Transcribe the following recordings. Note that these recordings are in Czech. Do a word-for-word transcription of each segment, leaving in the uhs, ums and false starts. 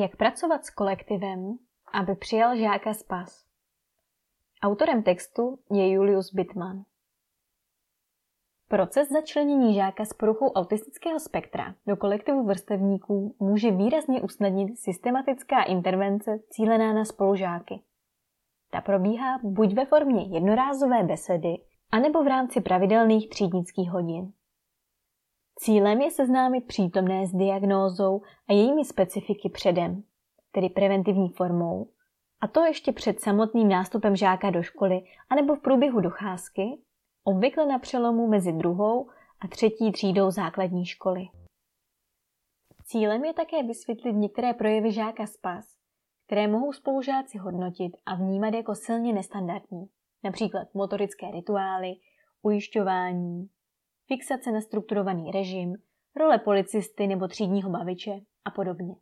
Jak pracovat s kolektivem, aby přijal žáka spas? Autorem textu je Julius Bittmann. Proces začlenění žáka s poruchou autistického spektra do kolektivu vrstevníků může výrazně usnadnit systematická intervence cílená na spolužáky. Ta probíhá buď ve formě jednorázové besedy, anebo v rámci pravidelných třídnických hodin. Cílem je seznámit přítomné s diagnózou a jejími specifiky předem, tedy preventivní formou, a to ještě před samotným nástupem žáka do školy anebo v průběhu docházky, obvykle na přelomu mezi druhou a třetí třídou základní školy. Cílem je také vysvětlit některé projevy žáka spas, které mohou spolužáci hodnotit a vnímat jako silně nestandardní, například motorické rituály, ujišťování, fixace na strukturovaný režim, role policisty nebo třídního baviče a podobně.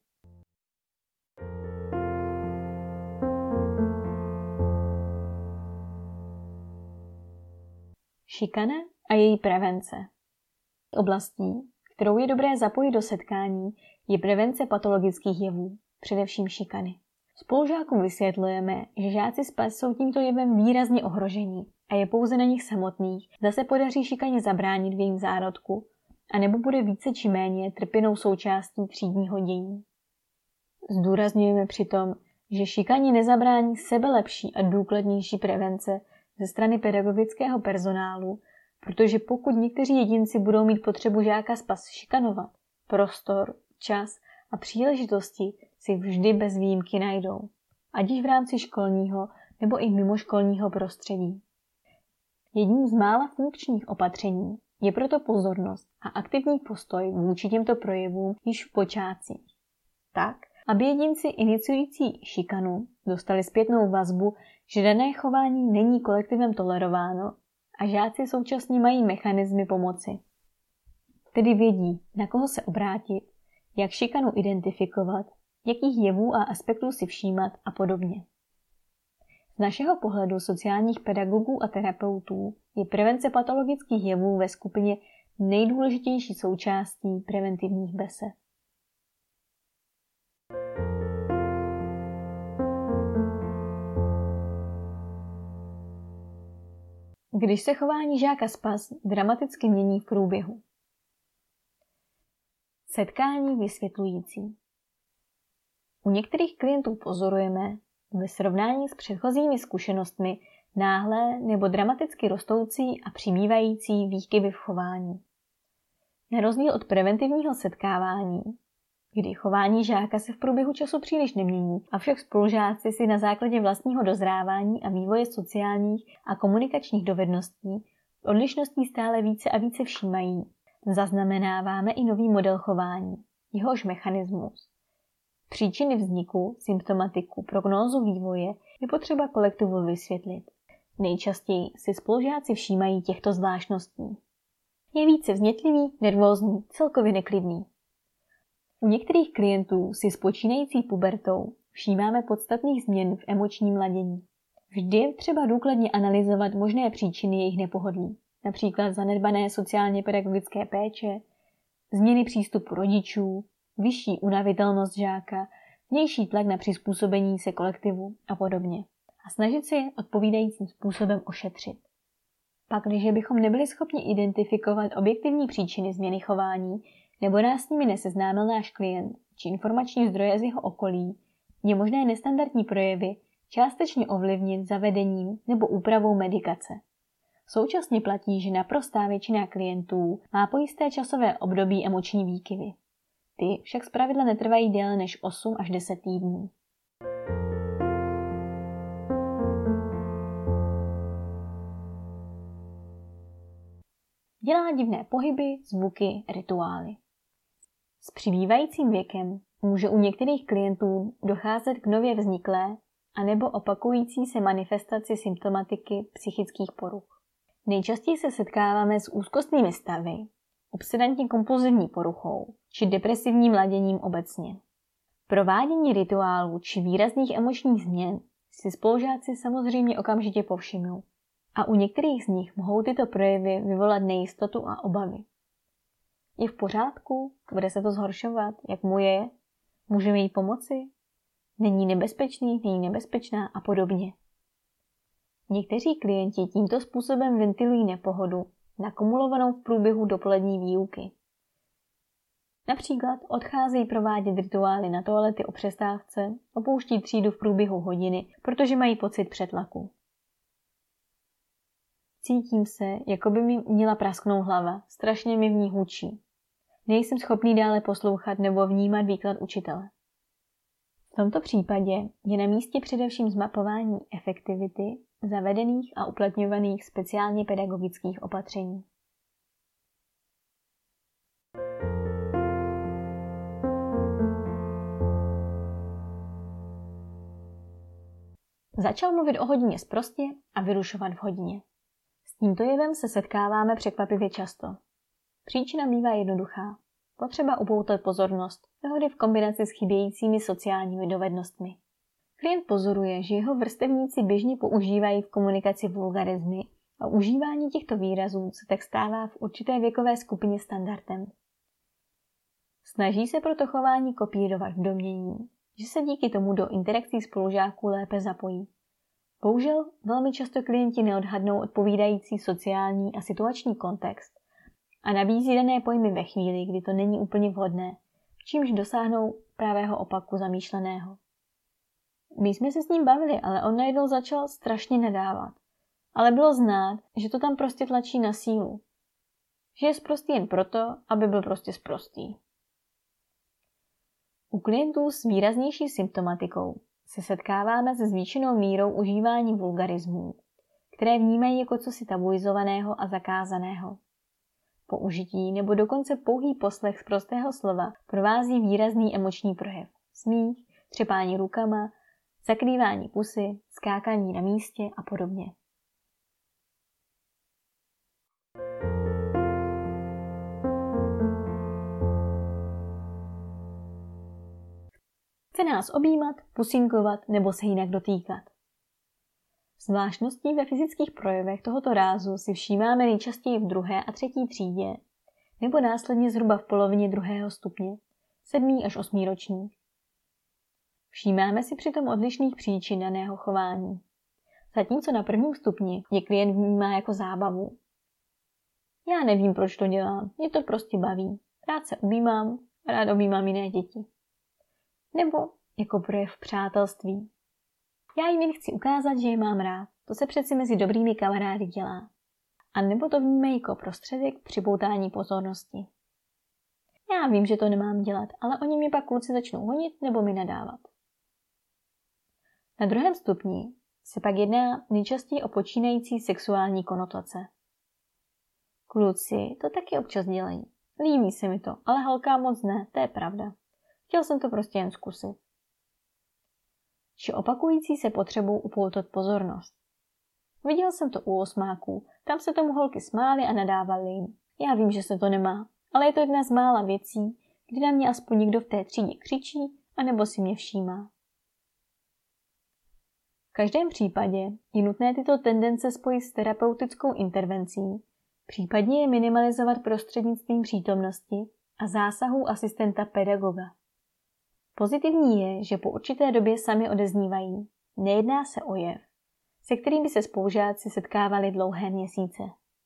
Šikana a její prevence. Oblastí, kterou je dobré zapojit do setkání, je prevence patologických jevů, především šikany. Spolužákům vysvětlujeme, že žáci spas jsou tímto jevem výrazně ohrožení a je pouze na nich samotných, zda se podaří šikaně zabránit v jejím zárodku, anebo bude více či méně trpěnou součástí třídního dění. Zdůrazňujeme přitom, že šikaně nezabrání sebelepší a důkladnější prevence ze strany pedagogického personálu, protože pokud někteří jedinci budou mít potřebu žáka spas šikanovat, prostor, čas a příležitosti si vždy bez výjimky najdou, ať již v rámci školního nebo i mimoškolního prostředí. Jedním z mála funkčních opatření je proto pozornost a aktivní postoj vůči těmto projevům již v počátcích, tak, aby jedinci iniciující šikanu dostali zpětnou vazbu, že dané chování není kolektivem tolerováno a žáci současně mají mechanismy pomoci. Tedy vědí, na koho se obrátit, jak šikanu identifikovat, jakých jevů a aspektů si všímat a podobně. Z našeho pohledu sociálních pedagogů a terapeutů je prevence patologických jevů ve skupině nejdůležitější součástí preventivních besed. Když se chování žáka spas dramaticky mění v průběhu. Setkání vysvětlující. U některých klientů pozorujeme ve srovnání s předchozími zkušenostmi náhlé nebo dramaticky rostoucí a přibývající výkyvy v chování. Na rozdíl od preventivního setkávání, kdy chování žáka se v průběhu času příliš nemění, avšak spolužáci si na základě vlastního dozrávání a vývoje sociálních a komunikačních dovedností odlišností stále více a více všímají, zaznamenáváme i nový model chování, jehož mechanismus, příčiny vzniku, symptomatiku, prognózu vývoje je potřeba kolektivu vysvětlit. Nejčastěji si spolužáci všímají těchto zvláštností. Je více vznětlivý, nervózní, celkově neklidný. U některých klientů si s počínající pubertou všímáme podstatných změn v emočním ladění. Vždy je třeba důkladně analyzovat možné příčiny jejich nepohodlí, například zanedbané sociálně pedagogické péče, změny přístupu rodičů, vyšší unavitelnost žáka, vnější tlak na přizpůsobení se kolektivu a podobně. A snažit se je odpovídajícím způsobem ošetřit. Pak, když bychom nebyli schopni identifikovat objektivní příčiny změny chování, nebo nás s nimi neseznámil náš klient či informační zdroje z jeho okolí, je možné nestandardní projevy částečně ovlivnit zavedením nebo úpravou medikace. Současně platí, že naprostá většina klientů má po jisté časové období emoční výkyvy. Ty však zpravidla netrvají déle než osm až deset týdnů. Dělá divné pohyby, zvuky, rituály. S přibývajícím věkem může u některých klientů docházet k nově vzniklé anebo opakující se manifestaci symptomatiky psychických poruch. Nejčastěji se setkáváme s úzkostnými stavy, obsedantně kompulzivní poruchou či depresivním laděním obecně. Provádění rituálů či výrazných emočních změn si spolužáci samozřejmě okamžitě povšimnou a u některých z nich mohou tyto projevy vyvolat nejistotu a obavy. Je v pořádku? Bude se to zhoršovat? Jak mu je? Můžeme jí pomoci? Není nebezpečný, není nebezpečná a podobně. Někteří klienti tímto způsobem ventilují nepohodu, nakumulovanou v průběhu dopolední výuky. Například odcházejí provádět rituály na toalety o přestávce, opouští třídu v průběhu hodiny, protože mají pocit přetlaku. Cítím se, jako by mi měla prasknout hlava, strašně mi v ní hučí. Nejsem schopný dále poslouchat nebo vnímat výklad učitele. V tomto případě je na místě především zmapování efektivity zavedených a uplatňovaných speciálně pedagogických opatření. Začal mluvit o hodině sprostě a vyrušovat v hodině. S tímto jevem se setkáváme překvapivě často. Příčina bývá jednoduchá. Potřeba upoutat pozornost, mnohdy v kombinaci s chybějícími sociálními dovednostmi. Klient pozoruje, že jeho vrstevníci běžně používají v komunikaci vulgarizmy a užívání těchto výrazů se tak stává v určité věkové skupině standardem. Snaží se proto chování kopírovat v domnění, že se díky tomu do interakcí spolužáků lépe zapojí. Bohužel velmi často klienti neodhadnou odpovídající sociální a situační kontext a nabízí dané pojmy ve chvíli, kdy to není úplně vhodné, čímž dosáhnou pravého opaku zamýšleného. My jsme se s ním bavili, ale on najednou začal strašně nadávat. Ale bylo znát, že to tam prostě tlačí na sílu. Že je sprostý jen proto, aby byl prostě sprostý. U klientů s výraznější symptomatikou se setkáváme se zvýšenou mírou užívání vulgarismů, které vnímají jako cosi tabuizovaného a zakázaného. Použití nebo dokonce pouhý poslech z prostého slova provází výrazný emoční projev. Smích, třepání rukama, zakrývání pusy, skákání na místě a podobně. Chce nás objímat, pusinkovat nebo se jinak dotýkat. Zvláštností ve fyzických projevech tohoto rázu si všímáme nejčastěji v druhé a třetí třídě nebo následně zhruba v polovině druhého stupně, sedmý až osmý ročník. Všímáme si přitom odlišných příčin daného chování. Zatímco na prvním stupni je klient vnímá jako zábavu. Já nevím, proč to dělám, mě to prostě baví. Rád se objímám, rád objímám jiné děti. Nebo jako projev přátelství. Já jim jen chci ukázat, že je mám rád. To se přeci mezi dobrými kamarády dělá. A nebo to vnímají jako prostředek k připoutání pozornosti. Já vím, že to nemám dělat, ale oni mě pak kluci začnou honit nebo mi nadávat. Na druhém stupni se pak jedná nejčastěji o počínající sexuální konotace. Kluci to taky občas dělají. Líbí se mi to, ale holkám moc ne, to je pravda. Chtěl jsem to prostě jen zkusit. Či opakující se potřebou upoutat pozornost. Viděl jsem to u osmáků, tam se tomu holky smály a nadávaly jim. Já vím, že se to nemá, ale je to jedna z mála věcí, kdy na mě aspoň někdo v té třídě křičí, anebo si mě všímá. V každém případě je nutné tyto tendence spojit s terapeutickou intervencí, případně je minimalizovat prostřednictvím přítomnosti a zásahů asistenta pedagoga. Pozitivní je, že po určité době sami odeznívají. Nejedná se o jev, se kterým by se spolužáci setkávali dlouhé měsíce.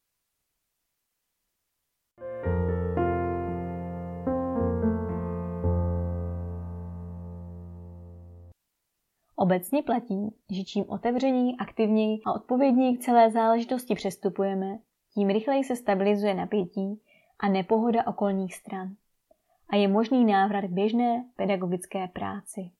Obecně platí, že čím otevřeněji, aktivněji a odpovědněji k celé záležitosti přistupujeme, tím rychleji se stabilizuje napětí a nepohoda okolních stran a je možný návrat k běžné pedagogické práci.